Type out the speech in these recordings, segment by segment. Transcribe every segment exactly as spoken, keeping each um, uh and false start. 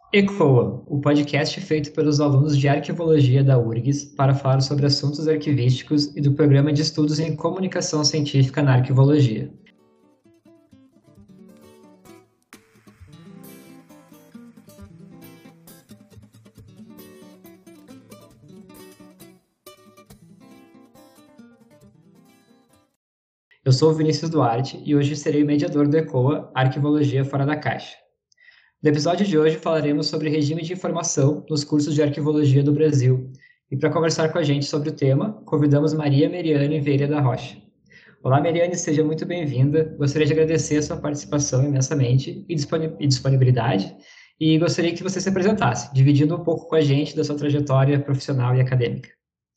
ECOA, o podcast feito pelos alunos de Arquivologia da URGS para falar sobre assuntos arquivísticos e do Programa de Estudos em Comunicação Científica na Arquivologia. Eu sou o Vinícius Duarte e hoje serei o mediador do ECOA, Arquivologia Fora da Caixa. No episódio de hoje falaremos sobre regime de informação nos cursos de arquivologia do Brasil. E para conversar com a gente sobre o tema, convidamos Maria Meriane Vieira da Rocha. Olá, Meriane, seja muito bem-vinda. Gostaria de agradecer a sua participação imensamente e disponibilidade, e gostaria que você se apresentasse, dividindo um pouco com a gente da sua trajetória profissional e acadêmica.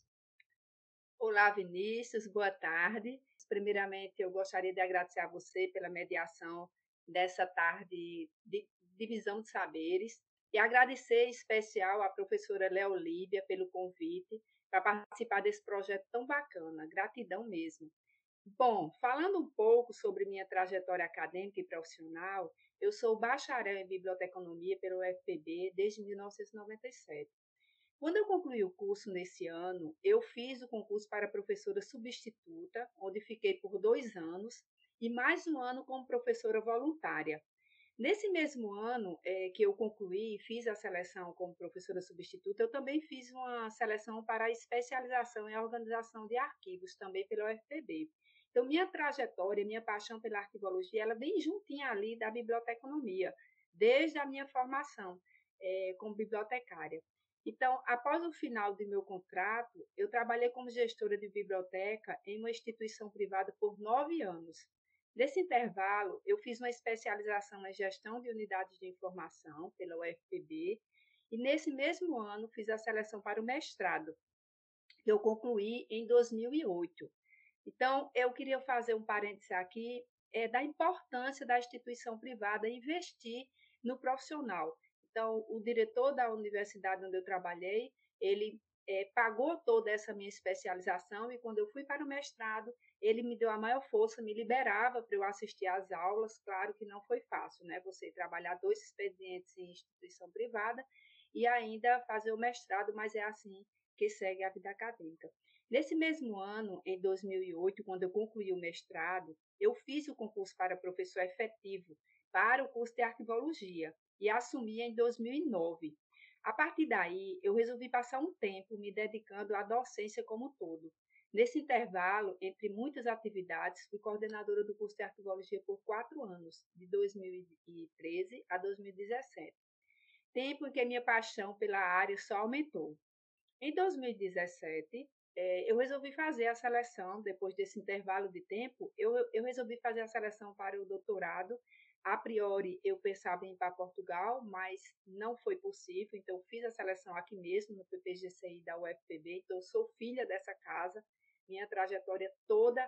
Olá, Vinícius, boa tarde. Primeiramente, eu gostaria de agradecer a você pela mediação dessa tarde de divisão de saberes e agradecer em especial à professora Leolíbia pelo convite para participar desse projeto tão bacana. Gratidão mesmo. Bom, falando um pouco sobre minha trajetória acadêmica e profissional, eu sou bacharel em biblioteconomia pelo U F P B desde mil novecentos e noventa e sete. Quando eu concluí o curso nesse ano, eu fiz o concurso para professora substituta, onde fiquei por dois anos, e mais um ano como professora voluntária. Nesse mesmo ano é, que eu concluí e fiz a seleção como professora substituta, eu também fiz uma seleção para a especialização em organização de arquivos, também pela U F P B. Então, minha trajetória, minha paixão pela arquivologia, ela vem juntinha ali da biblioteconomia, desde a minha formação é, como bibliotecária. Então, após o final do meu contrato, eu trabalhei como gestora de biblioteca em uma instituição privada por nove anos. Nesse intervalo, eu fiz uma especialização em gestão de unidades de informação pela U F P B e, nesse mesmo ano, fiz a seleção para o mestrado, que eu concluí em dois mil e oito. Então, eu queria fazer um parênteses aqui é, da importância da instituição privada investir no profissional. Então, o diretor da universidade onde eu trabalhei, ele é, pagou toda essa minha especialização e quando eu fui para o mestrado, ele me deu a maior força, me liberava para eu assistir às aulas. Claro que não foi fácil, né? Você trabalhar dois expedientes em instituição privada e ainda fazer o mestrado, mas é assim que segue a vida acadêmica. Nesse mesmo ano, em dois mil e oito, quando eu concluí o mestrado, eu fiz o concurso para professor efetivo para o curso de arquivologia e assumi em dois mil e nove. A partir daí, eu resolvi passar um tempo me dedicando à docência como um todo. Nesse intervalo, entre muitas atividades, fui coordenadora do curso de arquivologia por quatro anos, de dois mil e treze a dois mil e dezessete. Tempo em que minha paixão pela área só aumentou. Em dois mil e dezessete, é, eu resolvi fazer a seleção, depois desse intervalo de tempo, eu, eu resolvi fazer a seleção para o doutorado. A priori, eu pensava em ir para Portugal, mas não foi possível, então fiz a seleção aqui mesmo, no P P G C I da U F P B, então eu sou filha dessa casa, minha trajetória toda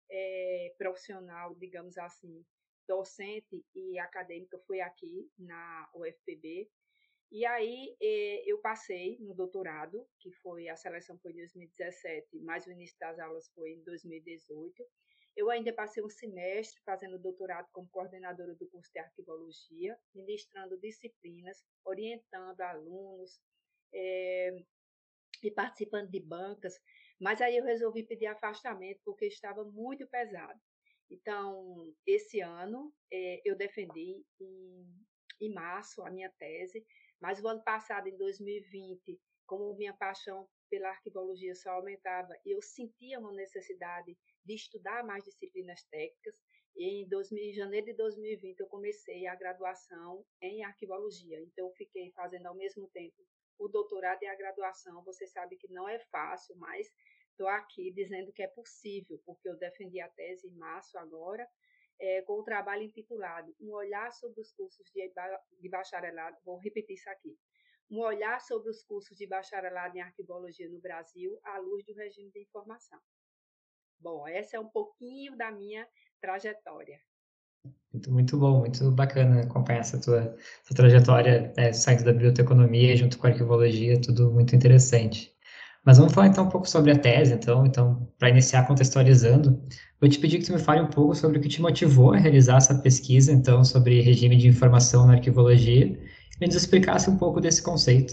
é, profissional, digamos assim, docente e acadêmica foi aqui na U F P B. E aí eu passei no doutorado, que foi a seleção foi em dois mil e dezessete, mas o início das aulas foi em dois mil e dezoito. Eu ainda passei um semestre fazendo doutorado como coordenadora do curso de arquivologia, ministrando disciplinas, orientando alunos é, e participando de bancas, mas aí eu resolvi pedir afastamento porque estava muito pesado. Então, esse ano é, eu defendi em, em março a minha tese, mas o ano passado, em dois mil e vinte, como minha paixão pela arquivologia só aumentava, eu sentia uma necessidade de estudar mais disciplinas técnicas, e em dois mil, em janeiro de dois mil e vinte eu comecei a graduação em arquivologia, então eu fiquei fazendo ao mesmo tempo o doutorado e a graduação. Você sabe que não é fácil, mas estou aqui dizendo que é possível, porque eu defendi a tese em março agora, é, com o trabalho intitulado Um Olhar sobre os Cursos de, de Bacharelado, vou repetir isso aqui, Um Olhar sobre os Cursos de Bacharelado em Arquivologia no Brasil, à luz do regime de informação. Bom, essa é um pouquinho da minha trajetória. Muito, muito bom, muito bacana acompanhar essa tua, tua trajetória, né, saindo da biblioteconomia junto com a arquivologia, tudo muito interessante. Mas vamos falar então um pouco sobre a tese, então, então para iniciar contextualizando, vou te pedir que tu me fale um pouco sobre o que te motivou a realizar essa pesquisa, então, sobre regime de informação na arquivologia, e nos explicasse um pouco desse conceito.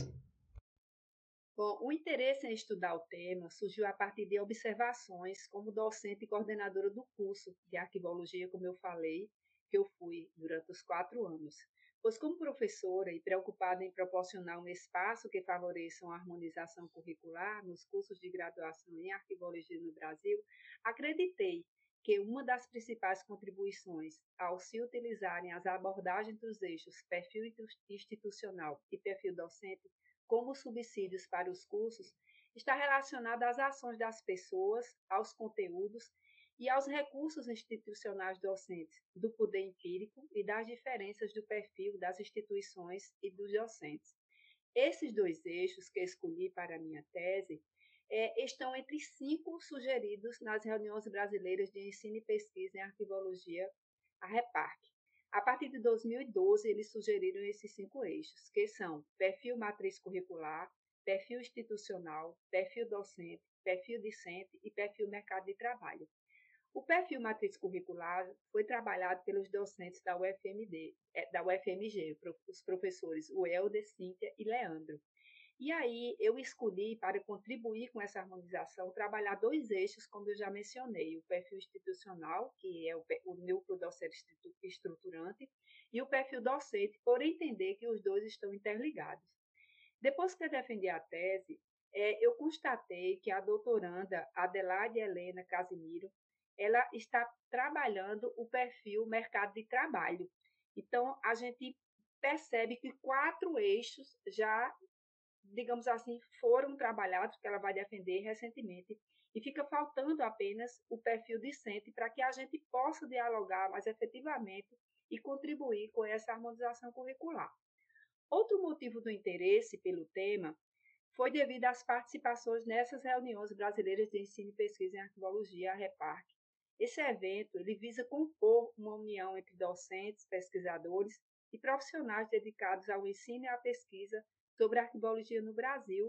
Bom, o interesse em estudar o tema surgiu a partir de observações como docente e coordenadora do curso de arquivologia, como eu falei, que eu fui durante os quatro anos. Pois, como professora e preocupada em proporcionar um espaço que favoreça uma harmonização curricular nos cursos de graduação em arquivologia no Brasil, acreditei que uma das principais contribuições ao se utilizarem as abordagens dos eixos perfil institucional e perfil docente como subsídios para os cursos, está relacionada às ações das pessoas, aos conteúdos e aos recursos institucionais docentes, do poder empírico e das diferenças do perfil das instituições e dos docentes. Esses dois eixos que escolhi para a minha tese é, estão entre cinco sugeridos nas reuniões brasileiras de ensino e pesquisa em arquivologia, a REPARC. A partir de dois mil e doze, eles sugeriram esses cinco eixos, que são perfil matriz curricular, perfil institucional, perfil docente, perfil discente e perfil mercado de trabalho. O perfil matriz curricular foi trabalhado pelos docentes da U F M D, da U F M G, os professores Welder, Cíntia e Leandro. E aí eu escolhi, para contribuir com essa harmonização, trabalhar dois eixos, como eu já mencionei, o perfil institucional, que é o, o núcleo docente estruturante, e o perfil docente, por entender que os dois estão interligados. Depois que eu defendi a tese, é, eu constatei que a doutoranda Adelaide Helena Casimiro, ela está trabalhando o perfil mercado de trabalho. Então, a gente percebe que quatro eixos já, digamos assim, foram trabalhados, que ela vai defender recentemente, e fica faltando apenas o perfil discente para que a gente possa dialogar mais efetivamente e contribuir com essa harmonização curricular. Outro motivo do interesse pelo tema foi devido às participações nessas reuniões brasileiras de ensino e pesquisa em arquivologia, a REPARC. Esse evento ele visa compor uma união entre docentes, pesquisadores e profissionais dedicados ao ensino e à pesquisa sobre arquivologia no Brasil,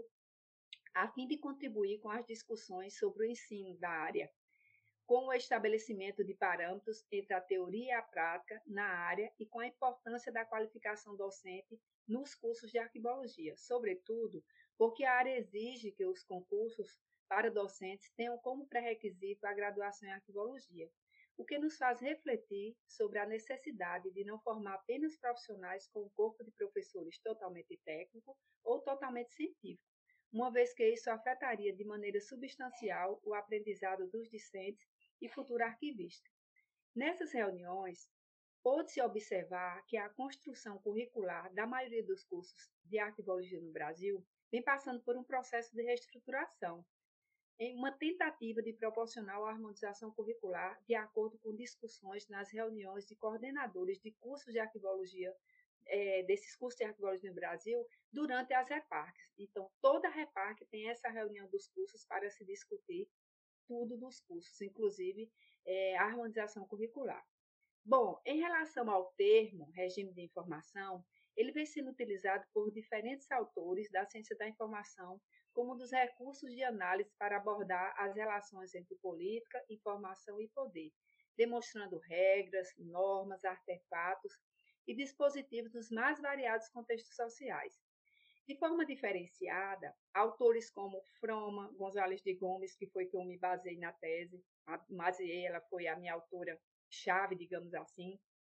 a fim de contribuir com as discussões sobre o ensino da área, com o estabelecimento de parâmetros entre a teoria e a prática na área e com a importância da qualificação docente nos cursos de arquivologia, sobretudo porque a área exige que os concursos para docentes tenham como pré-requisito a graduação em arquivologia, o que nos faz refletir sobre a necessidade de não formar apenas profissionais com um corpo de professores totalmente técnico ou totalmente científico, uma vez que isso afetaria de maneira substancial o aprendizado dos discentes e futuro arquivista. Nessas reuniões, pôde-se observar que a construção curricular da maioria dos cursos de arquivologia no Brasil vem passando por um processo de reestruturação, em uma tentativa de proporcionar a harmonização curricular de acordo com discussões nas reuniões de coordenadores de cursos de arquivologia, é, desses cursos de arquivologia no Brasil, durante as REPARCs. Então, toda REPARC tem essa reunião dos cursos para se discutir tudo dos cursos, inclusive é, a harmonização curricular. Bom, em relação ao termo regime de informação, ele vem sendo utilizado por diferentes autores da ciência da informação como um dos recursos de análise para abordar as relações entre política, informação e poder, demonstrando regras, normas, artefatos e dispositivos dos mais variados contextos sociais. De forma diferenciada, autores como Froma Gonzalez de Gomes, que foi que eu me baseei na tese, mas ela foi a minha autora chave, digamos assim,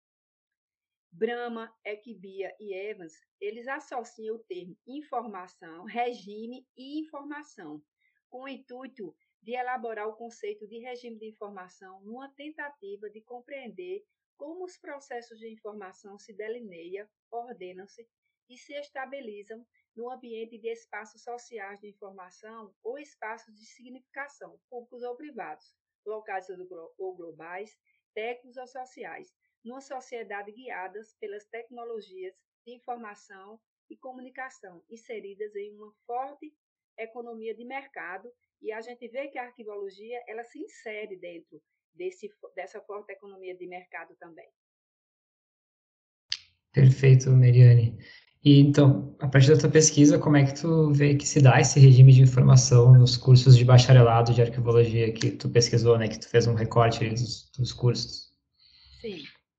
Brahma, Equibia e Evans, eles associam o termo informação, regime e informação, com o intuito de elaborar o conceito de regime de informação numa tentativa de compreender como os processos de informação se delineiam, ordenam-se e se estabilizam no ambiente de espaços sociais de informação ou espaços de significação, públicos ou privados, locais ou globais, técnicos ou sociais, numa sociedade guiadas pelas tecnologias de informação e comunicação, inseridas em uma forte economia de mercado, e a gente vê que a arquivologia ela se insere dentro desse, dessa forte economia de mercado também. Perfeito, Mariane. E então, a partir da tua pesquisa, como é que tu vê que se dá esse regime de informação nos cursos de bacharelado de arquivologia que tu pesquisou, né, que tu fez um recorte dos, dos cursos? Sim.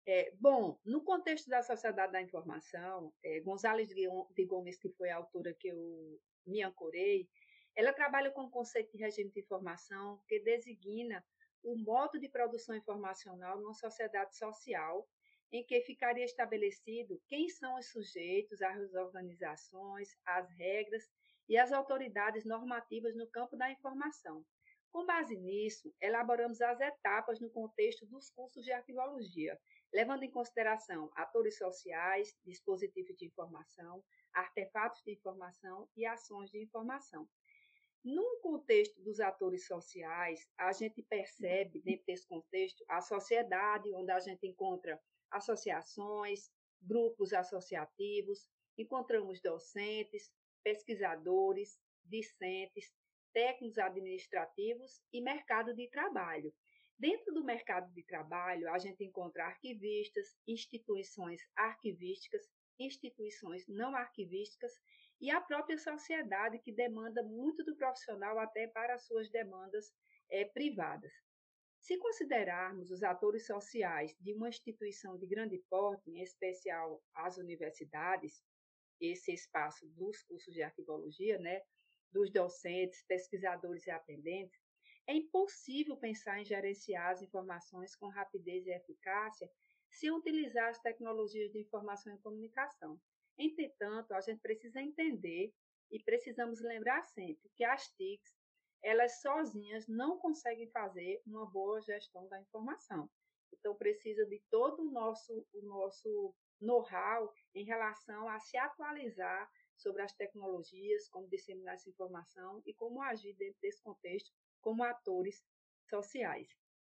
É, bom, no contexto da sociedade da informação, é, Gonzalez de Gon- de Gomes, que foi a autora que eu me ancorei, ela trabalha com o conceito de regime de informação que designa o modo de produção informacional numa sociedade social em que ficaria estabelecido quem são os sujeitos, as organizações, as regras e as autoridades normativas no campo da informação. Com base nisso, elaboramos as etapas no contexto dos cursos de arquivologia, levando em consideração atores sociais, dispositivos de informação, artefatos de informação e ações de informação. No contexto dos atores sociais, a gente percebe, dentro desse contexto, a sociedade, onde a gente encontra associações, grupos associativos, encontramos docentes, pesquisadores, discentes, técnicos administrativos e mercado de trabalho. Dentro do mercado de trabalho, a gente encontra arquivistas, instituições arquivísticas, instituições não arquivísticas e a própria sociedade, que demanda muito do profissional até para as suas demandas é, privadas. Se considerarmos os atores sociais de uma instituição de grande porte, em especial as universidades, esse espaço dos cursos de arquivologia, né, dos docentes, pesquisadores e atendentes, é impossível pensar em gerenciar as informações com rapidez e eficácia sem utilizar as tecnologias de informação e comunicação. Entretanto, a gente precisa entender e precisamos lembrar sempre que as T I Cs, elas sozinhas não conseguem fazer uma boa gestão da informação. Então, precisa de todo o nosso, o nosso know-how em relação a se atualizar sobre as tecnologias, como disseminar essa informação e como agir dentro desse contexto como atores sociais.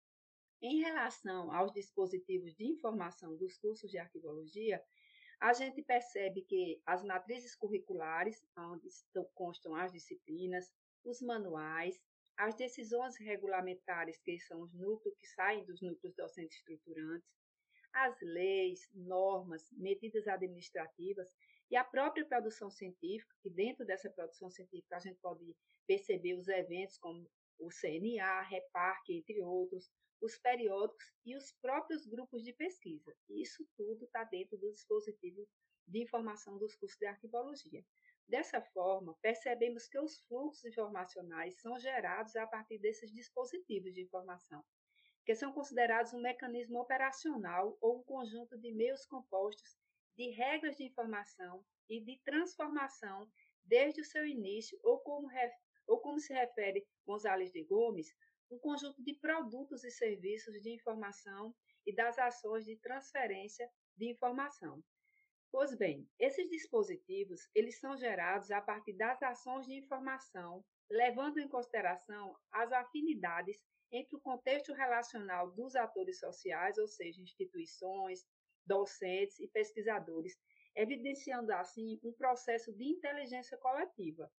Em relação aos dispositivos de informação dos cursos de arquivologia, a gente percebe que as matrizes curriculares, onde estão, constam as disciplinas, os manuais, as decisões regulamentares, que são os núcleos que saem dos núcleos docentes estruturantes, as leis, normas, medidas administrativas e a própria produção científica, que dentro dessa produção científica a gente pode perceber os eventos como o C N A, Reparque, entre outros, os periódicos e os próprios grupos de pesquisa. Isso tudo está dentro do dispositivo de informação dos cursos de arquivologia. Dessa forma, percebemos que os fluxos informacionais são gerados a partir desses dispositivos de informação, que são considerados um mecanismo operacional ou um conjunto de meios compostos de regras de informação e de transformação desde o seu início, ou como, ou como se refere Gonzalez de Gomes, um conjunto de produtos e serviços de informação e das ações de transferência de informação. Pois bem, esses dispositivos, eles são gerados a partir das ações de informação, levando em consideração as afinidades entre o contexto relacional dos atores sociais, ou seja, instituições, docentes e pesquisadores, evidenciando assim um processo de inteligência coletiva.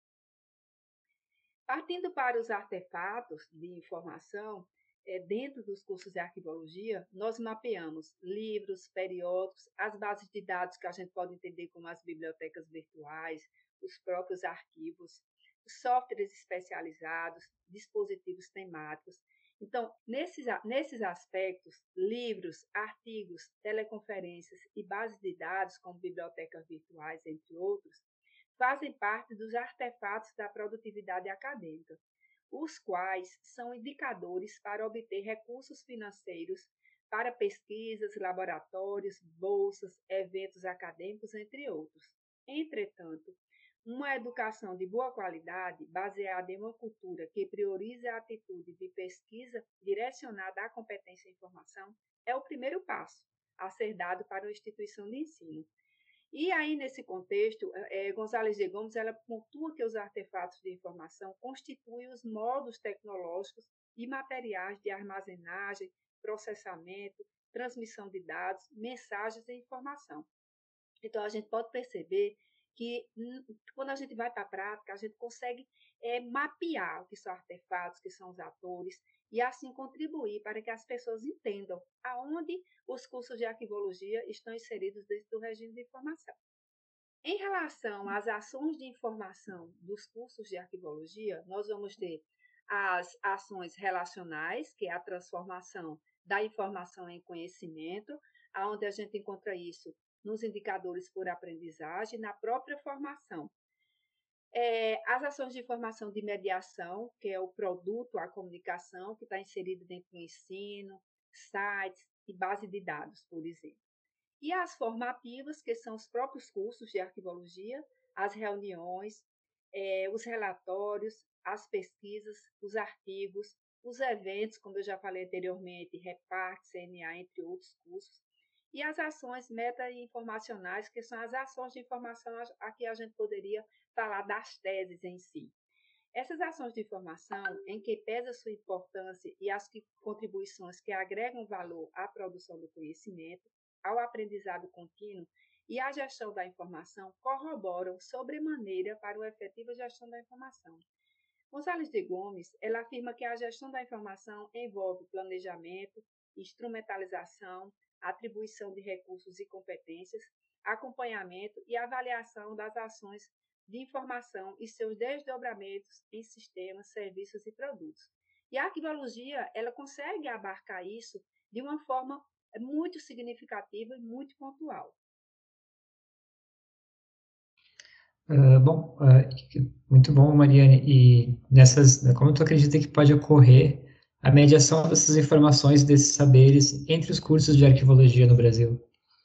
Partindo para os artefatos de informação, é, dentro dos cursos de arquivologia, nós mapeamos livros, periódicos, as bases de dados que a gente pode entender como as bibliotecas virtuais, os próprios arquivos, softwares especializados, dispositivos temáticos. Então, nesses, nesses aspectos, livros, artigos, teleconferências e bases de dados, como bibliotecas virtuais, entre outros, fazem parte dos artefatos da produtividade acadêmica, os quais são indicadores para obter recursos financeiros para pesquisas, laboratórios, bolsas, eventos acadêmicos, entre outros. Entretanto, uma educação de boa qualidade, baseada em uma cultura que priorize a atitude de pesquisa direcionada à competência e informação, é o primeiro passo a ser dado para uma instituição de ensino. E aí, nesse contexto, é, Gonzalez de Gomes, ela pontua que os artefatos de informação constituem os modos tecnológicos e materiais de armazenagem, processamento, transmissão de dados, mensagens e informação. Então, a gente pode perceber que, quando a gente vai para a prática, a gente consegue é, mapear o que são artefatos, o que são os atores, e assim contribuir para que as pessoas entendam aonde os cursos de arquivologia estão inseridos dentro do regime de informação. Em relação às ações de informação dos cursos de arquivologia, nós vamos ter as ações relacionais, que é a transformação da informação em conhecimento, onde a gente encontra isso nos indicadores por aprendizagem, na própria formação. É, as ações de formação de mediação, que é o produto, a comunicação, que está inserido dentro do ensino, sites e base de dados, por exemplo. E as formativas, que são os próprios cursos de arquivologia, as reuniões, é, os relatórios, as pesquisas, os artigos, os eventos, como eu já falei anteriormente, Repart, C N A, entre outros cursos, e as ações meta-informacionais, que são as ações de informação a que a gente poderia falar das teses em si. Essas ações de informação, em que pesa sua importância e as que, contribuições que agregam valor à produção do conhecimento, ao aprendizado contínuo e à gestão da informação, corroboram sobremaneira para a efetiva gestão da informação. Gonçalves de Gomes, ela afirma que a gestão da informação envolve planejamento, instrumentalização, atribuição de recursos e competências, acompanhamento e avaliação das ações de informação e seus desdobramentos em sistemas, serviços e produtos. E a arquivologia, ela consegue abarcar isso de uma forma muito significativa e muito pontual. Uh, bom, uh, muito bom, Mariane. E nessas, como tu acredita que pode ocorrer a mediação dessas informações, desses saberes entre os cursos de arquivologia no Brasil?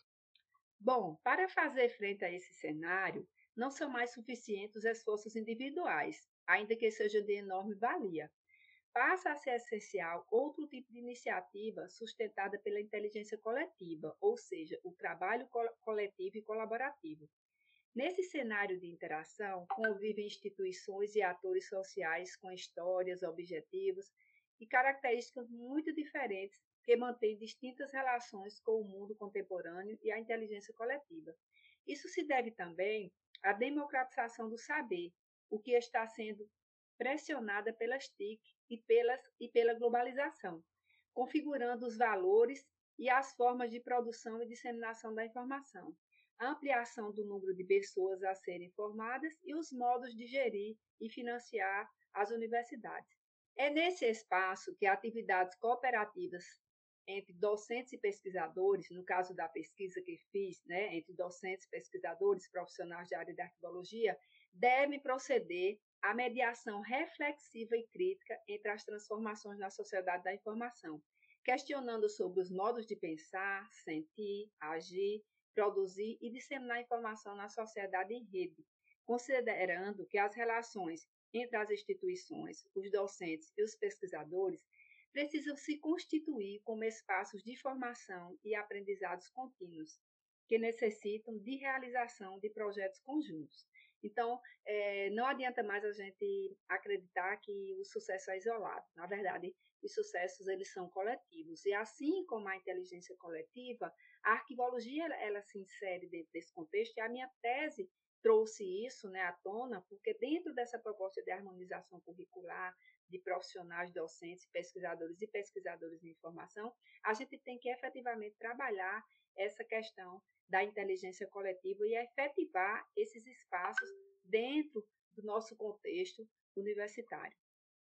Bom, para fazer frente a esse cenário, não são mais suficientes os esforços individuais, ainda que seja de enorme valia. Passa a ser essencial outro tipo de iniciativa sustentada pela inteligência coletiva, ou seja, o trabalho coletivo e colaborativo. Nesse cenário de interação, convivem instituições e atores sociais com histórias, objetivos e características muito diferentes que mantêm distintas relações com o mundo contemporâneo e a inteligência coletiva. Isso se deve também à democratização do saber, o que está sendo pressionada pelas T I C e, pelas, e pela globalização, configurando os valores e as formas de produção e disseminação da informação, a ampliação do número de pessoas a serem formadas e os modos de gerir e financiar as universidades. É nesse espaço que atividades cooperativas entre docentes e pesquisadores, no caso da pesquisa que fiz, né, entre docentes, pesquisadores, profissionais da área da arqueologia, devem proceder à mediação reflexiva e crítica entre as transformações na sociedade da informação, questionando sobre os modos de pensar, sentir, agir, produzir e disseminar informação na sociedade em rede, considerando que as relações entre as instituições, os docentes e os pesquisadores precisam se constituir como espaços de formação e aprendizados contínuos, que necessitam de realização de projetos conjuntos. Então, é, não adianta mais a gente acreditar que o sucesso é isolado. Na verdade, os sucessos eles são coletivos. E assim como a inteligência coletiva, a arquivologia ela, ela se insere dentro desse contexto, e a minha tese trouxe isso, né, à tona, porque dentro dessa proposta de harmonização curricular, de profissionais, docentes, pesquisadores e pesquisadores de informação, a gente tem que efetivamente trabalhar essa questão da inteligência coletiva e efetivar esses espaços dentro do nosso contexto universitário.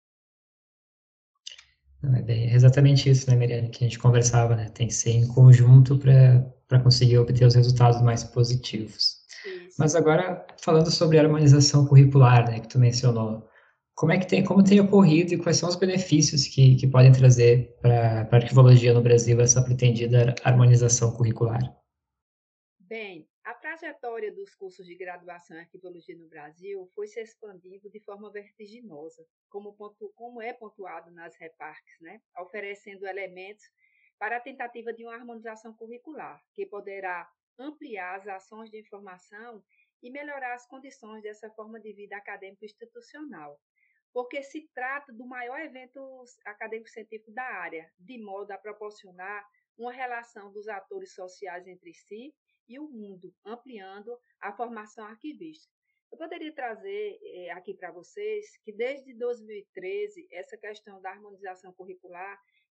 Não, é, bem, é exatamente isso, né, Mariane, que a gente conversava, né? Tem que ser em conjunto para conseguir obter os resultados mais positivos. Isso. Mas agora, falando sobre a harmonização curricular, né, que tu mencionou, como é que tem, como tem ocorrido e quais são os benefícios que, que podem trazer para a arquivologia no Brasil essa pretendida harmonização curricular? Bem, a trajetória dos cursos de graduação em arquivologia no Brasil foi se expandindo de forma vertiginosa, como, pontu, como é pontuado nas reparques, né? Oferecendo elementos para a tentativa de uma harmonização curricular, que poderá ampliar as ações de informação e melhorar as condições dessa forma de vida acadêmico institucional, porque se trata do maior evento acadêmico-científico da área, de modo a proporcionar uma relação dos atores sociais entre si e o mundo, ampliando a formação arquivística. Eu poderia trazer eh, aqui para vocês que desde dois mil e treze essa questão da harmonização curricular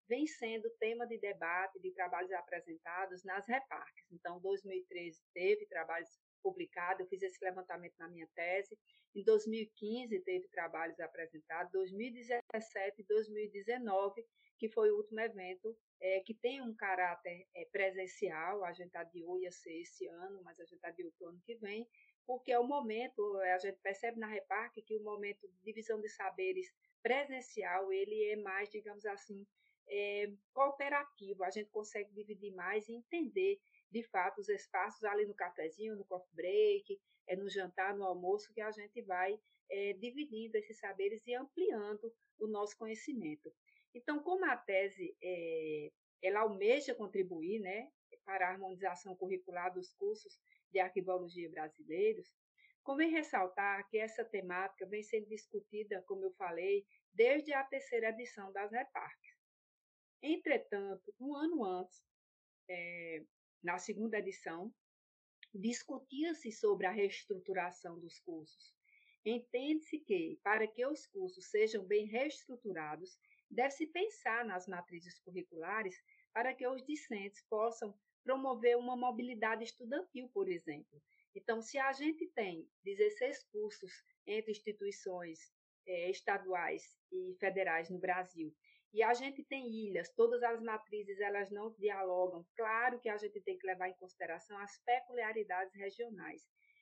vem sendo tema de debate de trabalhos apresentados nas reparques. Então, em dois mil e treze teve trabalhos publicados, eu fiz esse levantamento na minha tese. Em dois mil e quinze teve trabalhos apresentados, dois mil e dezessete e dois mil e dezenove, que foi o último evento é, que tem um caráter é, presencial. A gente adiou, ia ser esse ano, mas a gente adiou para o ano que vem, porque é o momento, a gente percebe na Reparque que o momento de divisão de saberes presencial, ele é mais, digamos assim, é, cooperativo. A gente consegue dividir mais e entender, de fato, os espaços ali no cafezinho, no coffee break, é no jantar, no almoço, que a gente vai é, dividindo esses saberes e ampliando o nosso conhecimento. Então, como a tese é, ela almeja contribuir, né, para a harmonização curricular dos cursos de arquivologia brasileiros, convém ressaltar que essa temática vem sendo discutida, como eu falei, desde a terceira edição das Reparques. Entretanto, um ano antes, é, na segunda edição, discutia-se sobre a reestruturação dos cursos. Entende-se que, para que os cursos sejam bem reestruturados, deve-se pensar nas matrizes curriculares para que os discentes possam promover uma mobilidade estudantil, por exemplo. Então, se a gente tem dezesseis cursos entre instituições eh, estaduais e federais no Brasil, e a gente tem ilhas, todas as matrizes elas não dialogam. Claro que a gente tem que levar em consideração as peculiaridades regionais.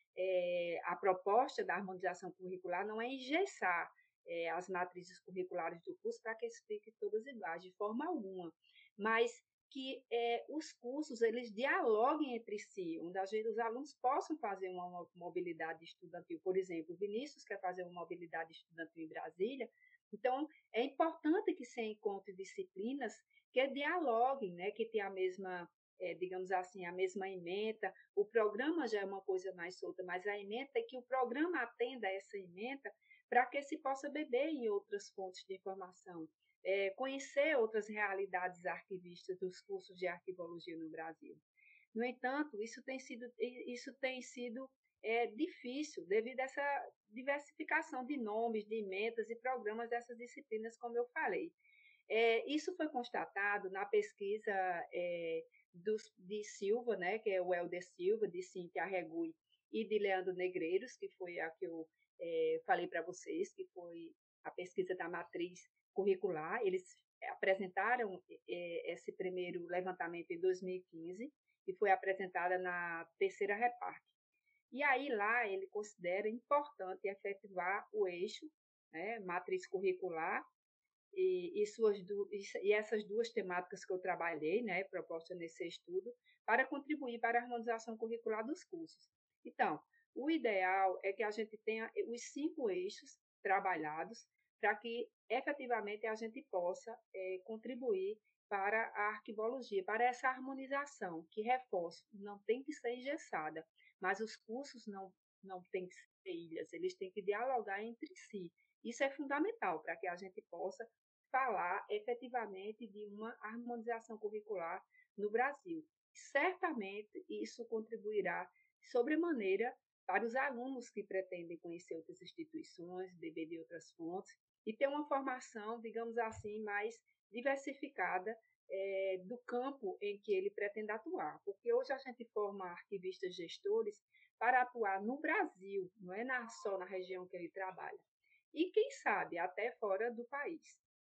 É, a proposta da harmonização curricular não é engessar é, as matrizes curriculares do curso para que fiquem todas iguais, de forma alguma, mas que é, os cursos eles dialoguem entre si, onde a gente, os alunos possam fazer uma mobilidade estudantil. Por exemplo, o Vinícius quer fazer uma mobilidade estudantil em Brasília, então é importante que se encontre disciplinas que dialoguem, né, que tenham a mesma, é, digamos assim, a mesma ementa. O programa já é uma coisa mais solta, mas a ementa é que o programa atenda a essa ementa para que se possa beber em outras fontes de informação, é, conhecer outras realidades arquivistas dos cursos de arquivologia no Brasil. No entanto, isso tem sido, isso tem sido é, difícil devido a essa diversificação de nomes, de emendas e programas dessas disciplinas, como eu falei. É, isso foi constatado na pesquisa é, dos, de Silva, né, que é o Helder Silva, de Cíntia Regui e de Leandro Negreiros, que foi a que eu é, falei para vocês, que foi a pesquisa da matriz curricular. Eles apresentaram é, esse primeiro levantamento em dois mil e quinze e foi apresentada na terceira Reparque. E aí lá ele considera importante efetivar o eixo, né, matriz curricular, e, e, suas, e essas duas temáticas que eu trabalhei, né, proposta nesse estudo, para contribuir para a harmonização curricular dos cursos. Então, o ideal é que a gente tenha os cinco eixos trabalhados para que efetivamente a gente possa é, contribuir para a arquivologia, para essa harmonização, que reforço, não tem que ser engessada, mas os cursos não, não têm que ser ilhas, eles têm que dialogar entre si. Isso é fundamental para que a gente possa falar efetivamente de uma harmonização curricular no Brasil. Certamente isso contribuirá sobremaneira para os alunos que pretendem conhecer outras instituições, beber de outras fontes e ter uma formação, digamos assim, mais diversificada é, do campo em que ele pretende atuar. Porque hoje a gente forma arquivistas gestores para atuar no Brasil, não é na, só na região que ele trabalha. E, quem sabe, até fora do país.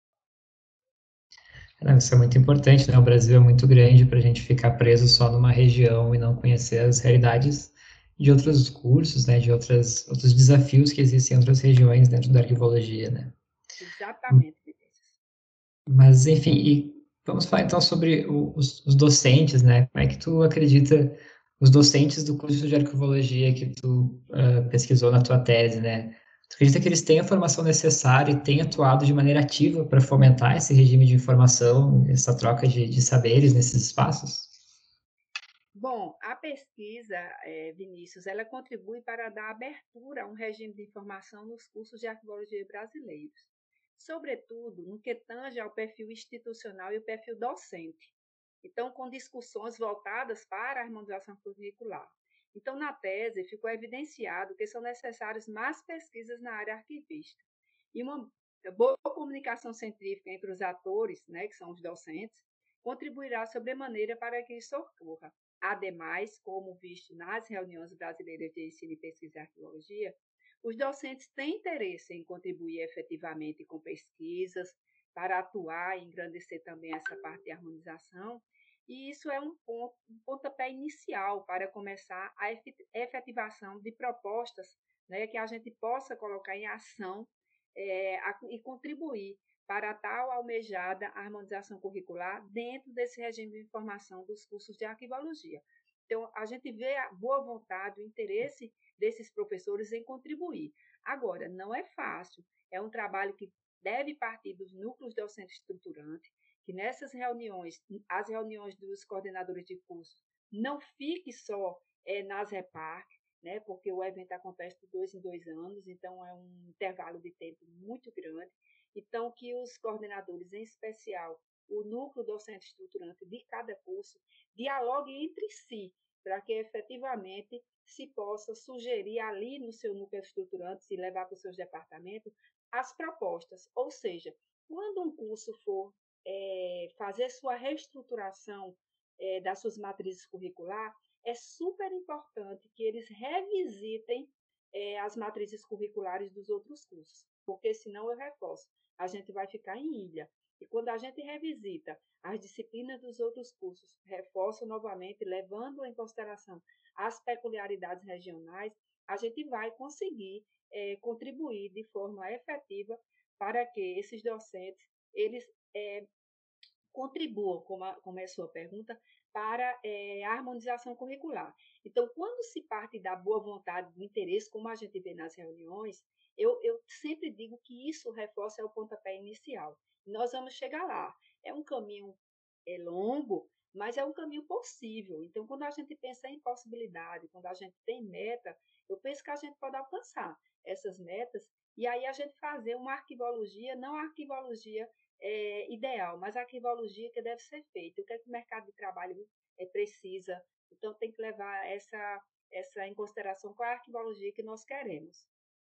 Não, isso é muito importante, né? O Brasil é muito grande para a gente ficar preso só numa região e não conhecer as realidades de outros cursos, né? De outras, outros desafios que existem em outras regiões dentro da arquivologia, né? Exatamente, Vinícius. Mas, enfim, e vamos falar então sobre o, os, os, docentes, né? Como é que tu acredita os docentes do curso de arquivologia que tu uh, pesquisou na tua tese, né? Tu acredita que eles têm a formação necessária e têm atuado de maneira ativa para fomentar esse regime de informação, essa troca de, de saberes nesses espaços? Bom, a pesquisa, é, Vinícius, ela contribui para dar abertura a um regime de informação nos cursos de arquivologia brasileiros, sobretudo no que tange ao perfil institucional e o perfil docente. Então, com discussões voltadas para a harmonização curricular. Então, na tese, ficou evidenciado que são necessárias mais pesquisas na área arquivista. E uma A boa comunicação científica entre os atores, né, que são os docentes, contribuirá sobremaneira para que isso ocorra. Ademais, como visto nas reuniões brasileiras de ensino e pesquisa em arqueologia, os docentes têm interesse em contribuir efetivamente com pesquisas, para atuar e engrandecer também essa parte de harmonização, e isso é um, ponto, um pontapé inicial para começar a efetivação de propostas, né, que a gente possa colocar em ação é, a, e contribuir para a tal almejada harmonização curricular dentro desse regime de informação dos cursos de arquivologia. Então, a gente vê a boa vontade, o interesse desses professores em contribuir. Agora, não é fácil, é um trabalho que deve partir dos núcleos docentes estruturantes, que nessas reuniões, as reuniões dos coordenadores de curso, não fique só é, nas REPAR, né, porque o evento acontece de dois em dois anos, então é um intervalo de tempo muito grande. Então, que os coordenadores, em especial o núcleo docente estruturante de cada curso, dialoguem entre si, para que efetivamente se possa sugerir ali no seu núcleo estruturante, se levar para os seus departamentos, as propostas. Ou seja, quando um curso for é, fazer sua reestruturação é, das suas matrizes curriculares, é super importante que eles revisitem é, as matrizes curriculares dos outros cursos, porque senão eu reforço, a gente vai ficar em ilha. E quando a gente revisita as disciplinas dos outros cursos, reforço novamente, levando em consideração as peculiaridades regionais, a gente vai conseguir é, contribuir de forma efetiva para que esses docentes eles é, contribuam, como, a, como é a sua pergunta, para é, a harmonização curricular. Então, quando se parte da boa vontade, do interesse, como a gente vê nas reuniões, eu, eu sempre digo que isso reforça o pontapé inicial. Nós vamos chegar lá. É um caminho é longo, mas é um caminho possível. Então, quando a gente pensa em possibilidade, quando a gente tem meta, eu penso que a gente pode alcançar essas metas e aí a gente fazer uma arquivologia, não a arquivologia é, ideal, mas a arquivologia que deve ser feita. O que é que o mercado de trabalho é, precisa? Então, tem que levar essa, essa em consideração qual é a arquivologia que nós queremos.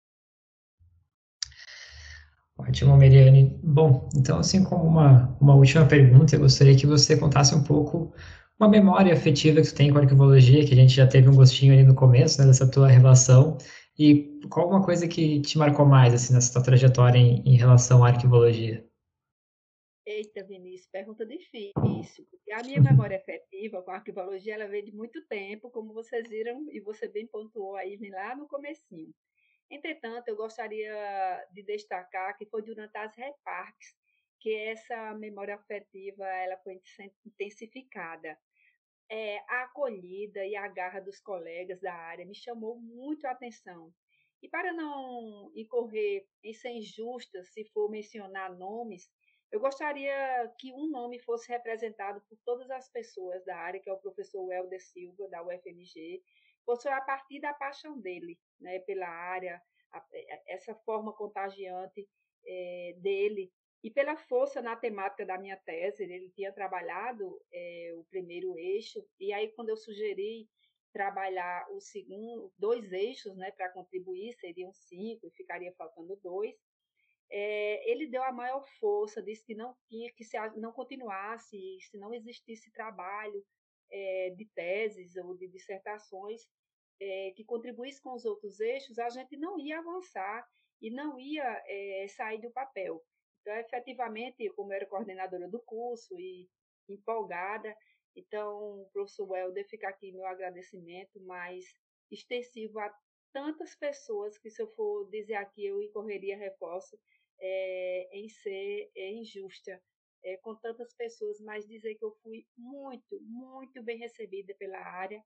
Ótimo, Meriane. Bom, então, assim como uma, uma última pergunta, eu gostaria que você contasse um pouco uma memória afetiva que tu tem com a arquivologia, que a gente já teve um gostinho ali no começo, né, dessa tua relação, e qual uma coisa que te marcou mais, assim, nessa tua trajetória em, em relação à arquivologia? Eita, Vinícius, pergunta difícil, porque a minha memória afetiva com a arquivologia, ela vem de muito tempo, como vocês viram, e você bem pontuou aí lá no comecinho. Entretanto, eu gostaria de destacar que foi durante as reparques que essa memória afetiva ela foi intensificada. É, a acolhida e a garra dos colegas da área me chamou muito a atenção. E para não incorrer em ser injusta, se for mencionar nomes, eu gostaria que um nome fosse representado por todas as pessoas da área, que é o professor Welder Silva, da U F M G, pois foi a partir da paixão dele, né, pela área, a, essa forma contagiante é, dele e pela força na temática da minha tese. Ele tinha trabalhado é, o primeiro eixo, e aí quando eu sugeri trabalhar o segundo, dois eixos, né, para contribuir, seriam cinco e ficaria faltando dois, é, ele deu a maior força, disse que não tinha, que se não continuasse, se não existisse trabalho é, de teses ou de dissertações é, que contribuísse com os outros eixos, a gente não ia avançar e não ia é, sair do papel. Então, efetivamente, como eu era coordenadora do curso e empolgada, então, professor Welder, fica aqui meu agradecimento mais extensivo a tantas pessoas que, se eu for dizer aqui, eu incorreria reforço é, em ser é, injusta é, com tantas pessoas, mas dizer que eu fui muito, muito bem recebida pela área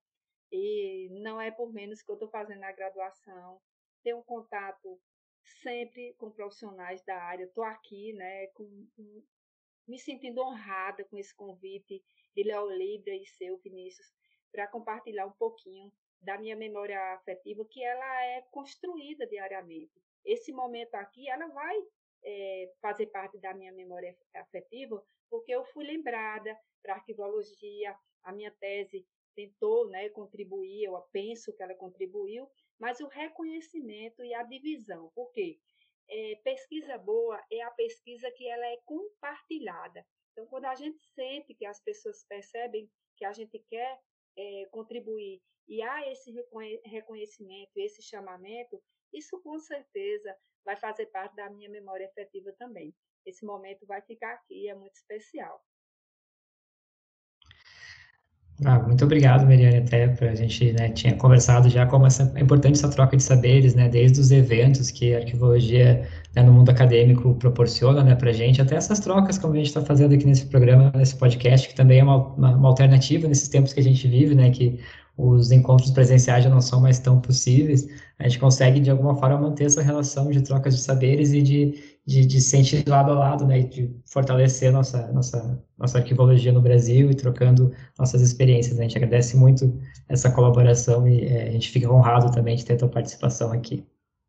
e não é por menos que eu estou fazendo a graduação, tenho um contato sempre com profissionais da área, estou aqui, né, com, com, me sentindo honrada com esse convite de Léo Libra e seu, Vinícius, para compartilhar um pouquinho da minha memória afetiva, que ela é construída diariamente. Esse momento aqui, ela vai é, fazer parte da minha memória afetiva, porque eu fui lembrada para a arquivologia, a minha tese tentou, né, contribuir, eu penso que ela contribuiu, mas o reconhecimento e a divisão. Por quê? É, pesquisa boa é a pesquisa que ela é compartilhada. Então, quando a gente sente que as pessoas percebem que a gente quer é, contribuir e há esse reconhecimento, esse chamamento, isso com certeza vai fazer parte da minha memória afetiva também. Esse momento vai ficar aqui, é muito especial. Ah, muito obrigado, Mariane, até para a gente, né, tinha conversado já como essa, é importante essa troca de saberes, né, desde os eventos que a arquivologia, né, no mundo acadêmico proporciona, né, para a gente, até essas trocas como a gente está fazendo aqui nesse programa, nesse podcast, que também é uma, uma, uma alternativa nesses tempos que a gente vive, né, que os encontros presenciais já não são mais tão possíveis, a gente consegue, de alguma forma, manter essa relação de trocas de saberes e de de, de sentir lado a lado, né, de fortalecer nossa, nossa, nossa arquivologia no Brasil e trocando nossas experiências. A gente agradece muito essa colaboração e é, a gente fica honrado também de ter a tua participação aqui.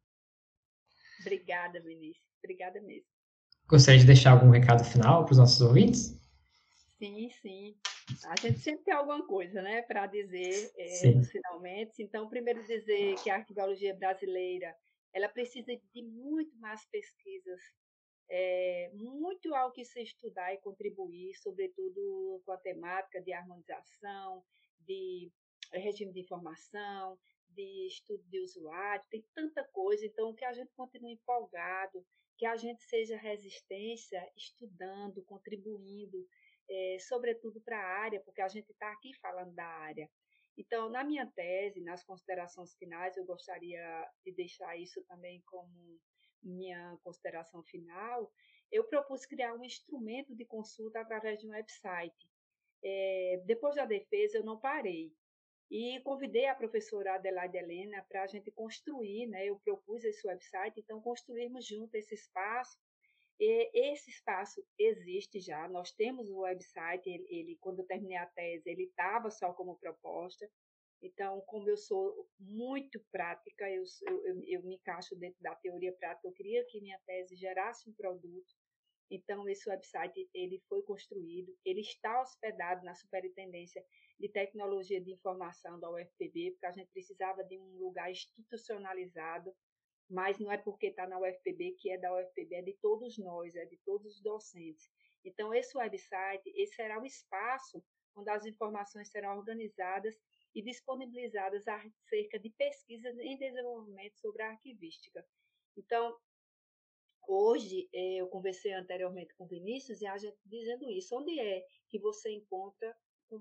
Obrigada, Vinícius. Obrigada mesmo. Gostaria de deixar algum recado final para os nossos ouvintes? Sim, sim. A gente sempre tem alguma coisa, né, para dizer é, Sim. nos finalmente. Então, primeiro dizer que a arquivologia brasileira ela precisa de muito mais pesquisas, é, muito ao que se estudar e contribuir, sobretudo com a temática de harmonização, de regime de informação, de estudo de usuário, tem tanta coisa, então que a gente continue empolgado, que a gente seja resistência, estudando, contribuindo, é, sobretudo para a área, porque a gente está aqui falando da área. Então, na minha tese, nas considerações finais, eu gostaria de deixar isso também como minha consideração final. Eu propus criar um instrumento de consulta através de um website. É, depois da defesa, eu não parei. E convidei a professora Adelaide Helena para a gente construir, né? Eu propus esse website, então construirmos junto esse espaço. E esse espaço existe já, nós temos o website, ele, ele quando eu terminei a tese, ele estava só como proposta. Então, como eu sou muito prática, eu, eu, eu me encaixo dentro da teoria prática, eu queria que minha tese gerasse um produto. Então, esse website ele foi construído, ele está hospedado na Superintendência de Tecnologia de Informação da U F P B, porque a gente precisava de um lugar institucionalizado, mas não é porque está na U F P B que é da U F P B, é de todos nós, é de todos os docentes. Então, esse website, esse será o espaço onde as informações serão organizadas e disponibilizadas acerca de pesquisas em desenvolvimento sobre a arquivística. Então, hoje, eu conversei anteriormente com o Vinícius e a gente dizendo isso, onde é que você encontra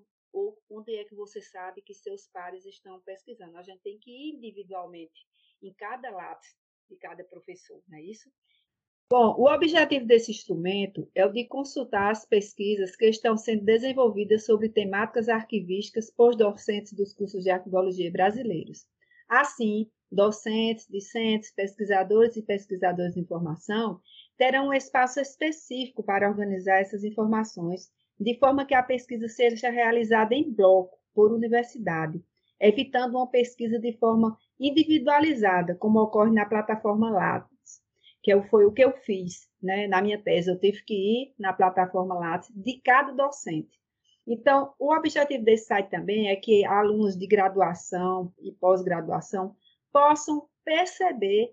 ou onde é que você sabe que seus pares estão pesquisando? A gente tem que ir individualmente em cada lápis de cada professor, não é isso? Bom, o objetivo desse instrumento é o de consultar as pesquisas que estão sendo desenvolvidas sobre temáticas arquivísticas por docentes dos cursos de arquivologia brasileiros. Assim, docentes, discentes, pesquisadores e pesquisadoras de informação terão um espaço específico para organizar essas informações, de forma que a pesquisa seja realizada em bloco, por universidade, evitando uma pesquisa de forma individualizada, como ocorre na plataforma Lattes, que foi o que eu fiz, né? Na minha tese. Eu tive que ir na plataforma Lattes de cada docente. Então, o objetivo desse site também é que alunos de graduação e pós-graduação possam perceber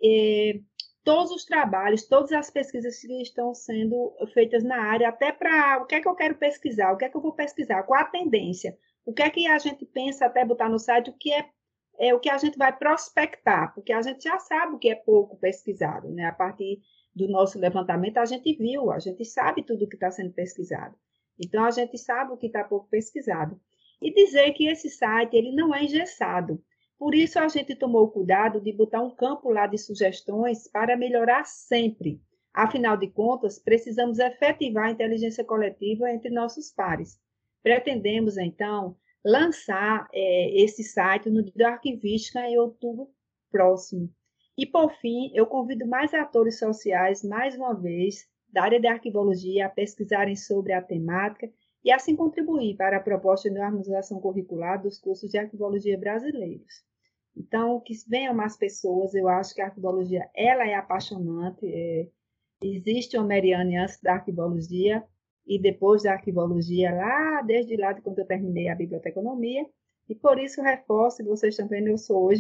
eh, todos os trabalhos, todas as pesquisas que estão sendo feitas na área, até para o que é que eu quero pesquisar, o que é que eu vou pesquisar, qual a tendência, o que é que a gente pensa até botar no site, o que é, é o que a gente vai prospectar, porque a gente já sabe o que é pouco pesquisado, né? A partir do nosso levantamento, a gente viu, a gente sabe tudo o que está sendo pesquisado. Então, a gente sabe o que está pouco pesquisado. E dizer que esse site ele não é engessado. Por isso, a gente tomou o cuidado de botar um campo lá de sugestões para melhorar sempre. Afinal de contas, precisamos efetivar a inteligência coletiva entre nossos pares. Pretendemos, então, lançar é, esse site no Dia da Arquivística em outubro próximo. E, por fim, eu convido mais atores sociais, mais uma vez, da área de arquivologia, a pesquisarem sobre a temática e assim contribuir para a proposta de harmonização curricular dos cursos de arquivologia brasileiros. Então, que venham mais pessoas, eu acho que a arquivologia ela é apaixonante, é, existe uma Mariane antes da arquivologia e depois da arquivologia, lá desde lá de quando eu terminei a biblioteconomia, e por isso eu reforço, vocês estão vendo, eu sou hoje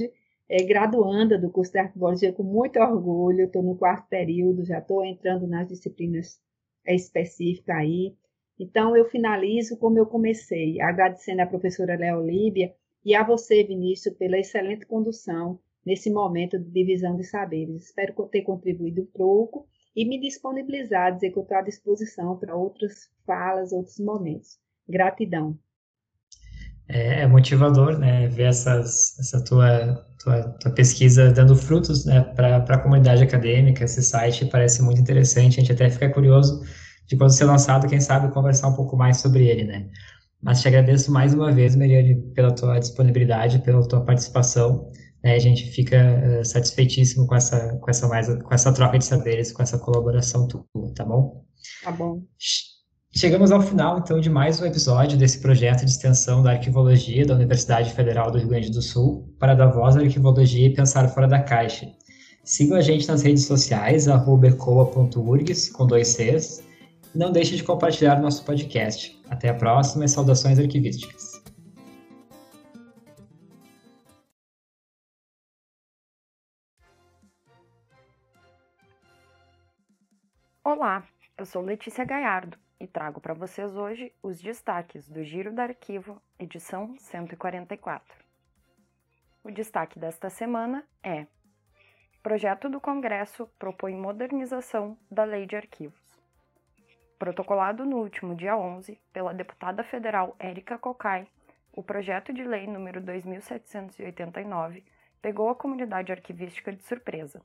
é, graduanda do curso de arquivologia com muito orgulho, estou no quarto período, já estou entrando nas disciplinas específicas aí. Então, eu finalizo como eu comecei, agradecendo à professora Leolíbia e a você, Vinícius, pela excelente condução nesse momento de divisão de saberes. Espero ter contribuído um pouco e me disponibilizar, dizer que eu estou à disposição para outras falas, outros momentos. Gratidão. É, é motivador, né, ver essas, essa tua, tua, tua pesquisa dando frutos, né, para a comunidade acadêmica. Esse site parece muito interessante, a gente até fica curioso de quando ser lançado, quem sabe conversar um pouco mais sobre ele, né. Mas te agradeço mais uma vez, Mariane, pela tua disponibilidade, pela tua participação, né, a gente fica uh, satisfeitíssimo com essa, com, essa mais, com essa troca de saberes, com essa colaboração tua, tá bom? Tá bom. Chegamos ao final, então, de mais um episódio desse projeto de extensão da Arquivologia da Universidade Federal do Rio Grande do Sul para dar voz à arquivologia e pensar fora da caixa. Sigam a gente nas redes sociais, arroba ecoa ponto urgs, com dois Cs. E não deixe de compartilhar o nosso podcast. Até a próxima e saudações arquivísticas. Olá, eu sou Letícia Gaiardo e trago para vocês hoje os destaques do Giro do Arquivo, edição cento e quarenta e quatro. O destaque desta semana é: Projeto do Congresso propõe modernização da Lei de Arquivos. Protocolado no último dia onze pela deputada federal Érica Cocai, o projeto de lei número dois mil setecentos e oitenta e nove pegou a comunidade arquivística de surpresa.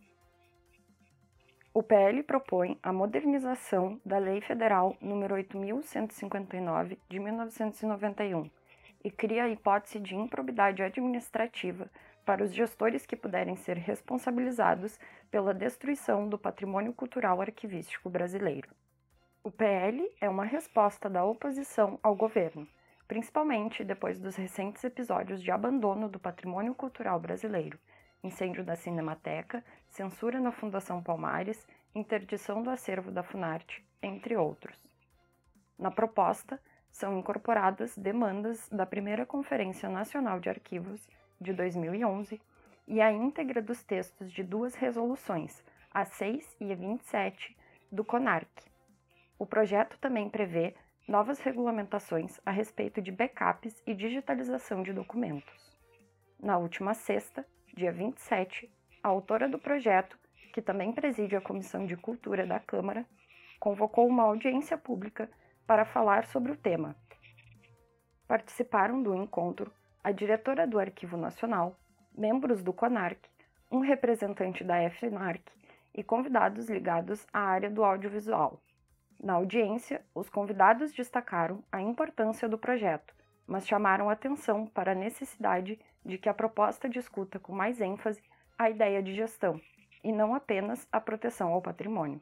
O P L propõe a modernização da Lei Federal número oito mil cento e cinquenta e nove de mil novecentos e noventa e um e cria a hipótese de improbidade administrativa para os gestores que puderem ser responsabilizados pela destruição do patrimônio cultural arquivístico brasileiro. O P L é uma resposta da oposição ao governo, principalmente depois dos recentes episódios de abandono do patrimônio cultural brasileiro, incêndio da Cinemateca, censura na Fundação Palmares, interdição do acervo da Funarte, entre outros. Na proposta, são incorporadas demandas da primeira Conferência Nacional de Arquivos, de dois mil e onze, e a íntegra dos textos de duas resoluções, a seis e a vinte e sete, do CONARC. O projeto também prevê novas regulamentações a respeito de backups e digitalização de documentos. Na última sexta, dia vinte e sete, a autora do projeto, que também preside a Comissão de Cultura da Câmara, convocou uma audiência pública para falar sobre o tema. Participaram do encontro a diretora do Arquivo Nacional, membros do CONARC, um representante da FNARC e convidados ligados à área do audiovisual. Na audiência, os convidados destacaram a importância do projeto, mas chamaram atenção para a necessidade de que a proposta discuta com mais ênfase a ideia de gestão, e não apenas a proteção ao patrimônio.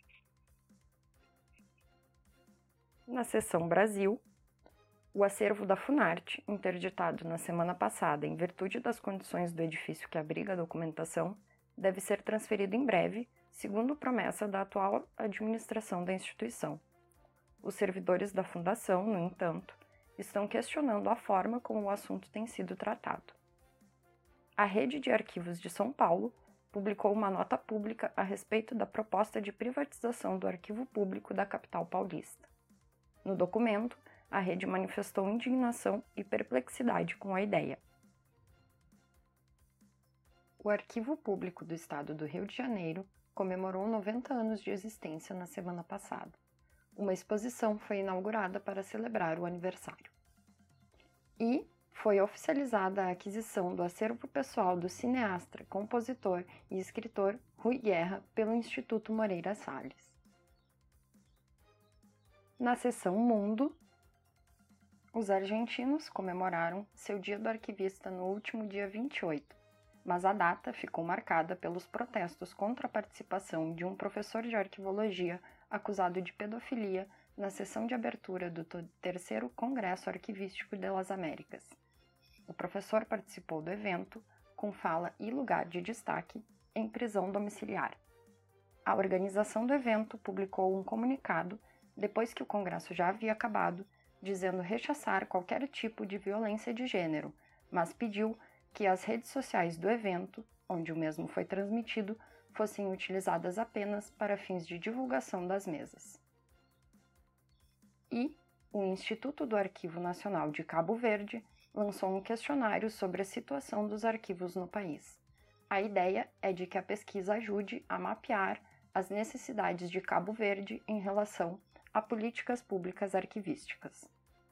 Na seção Brasil, o acervo da Funarte, interditado na semana passada em virtude das condições do edifício que abriga a documentação, deve ser transferido em breve, segundo promessa da atual administração da instituição. Os servidores da Fundação, no entanto, estão questionando a forma como o assunto tem sido tratado. A Rede de Arquivos de São Paulo publicou uma nota pública a respeito da proposta de privatização do arquivo público da capital paulista. No documento, a rede manifestou indignação e perplexidade com a ideia. O Arquivo Público do Estado do Rio de Janeiro comemorou noventa anos de existência na semana passada. Uma exposição foi inaugurada para celebrar o aniversário. E foi oficializada a aquisição do acervo pessoal do cineasta, compositor e escritor Rui Guerra pelo Instituto Moreira Salles. Na seção Mundo, os argentinos comemoraram seu Dia do Arquivista no último dia vinte e oito, mas a data ficou marcada pelos protestos contra a participação de um professor de arquivologia acusado de pedofilia na sessão de abertura do terceiro Congresso Arquivístico das Américas. O professor participou do evento com fala e lugar de destaque em prisão domiciliar. A organização do evento publicou um comunicado depois que o congresso já havia acabado, dizendo rechaçar qualquer tipo de violência de gênero, mas pediu que as redes sociais do evento, onde o mesmo foi transmitido, fossem utilizadas apenas para fins de divulgação das mesas. E o Instituto do Arquivo Nacional de Cabo Verde lançou um questionário sobre a situação dos arquivos no país. A ideia é de que a pesquisa ajude a mapear as necessidades de Cabo Verde em relação a políticas públicas arquivísticas.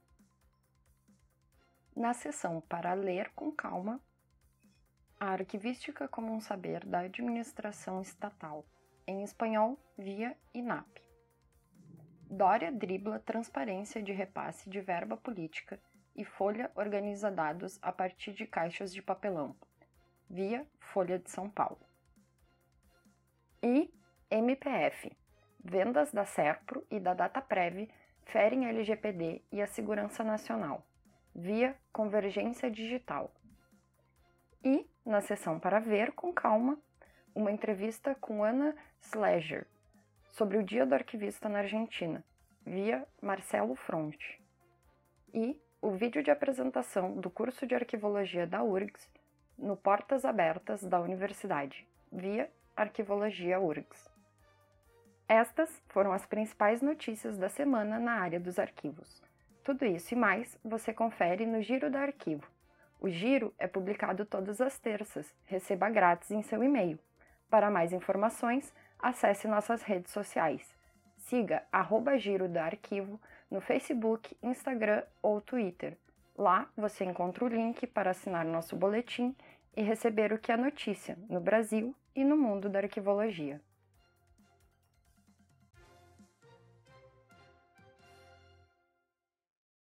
Na seção para ler com calma, a arquivística como um saber da administração estatal, em espanhol via I N A P. Dória dribla transparência de repasse de verba política e Folha organiza dados a partir de caixas de papelão, via Folha de São Paulo. E M P F. Vendas da Serpro e da Dataprev ferem L G P D e a segurança nacional, via Convergência Digital. E, na seção para ver com calma, uma entrevista com Ana Schleger sobre o Dia do Arquivista na Argentina, via Marcelo Fronte. E o vídeo de apresentação do curso de Arquivologia da U R G S no Portas Abertas da Universidade, via Arquivologia U R G S. Estas foram as principais notícias da semana na área dos arquivos. Tudo isso e mais você confere no Giro da Arquivo. O Giro é publicado todas as terças, receba grátis em seu e-mail. Para mais informações, acesse nossas redes sociais. Siga arroba Giro da Arquivo no Facebook, Instagram ou Twitter. Lá você encontra o link para assinar nosso boletim e receber o que é notícia no Brasil e no mundo da arquivologia.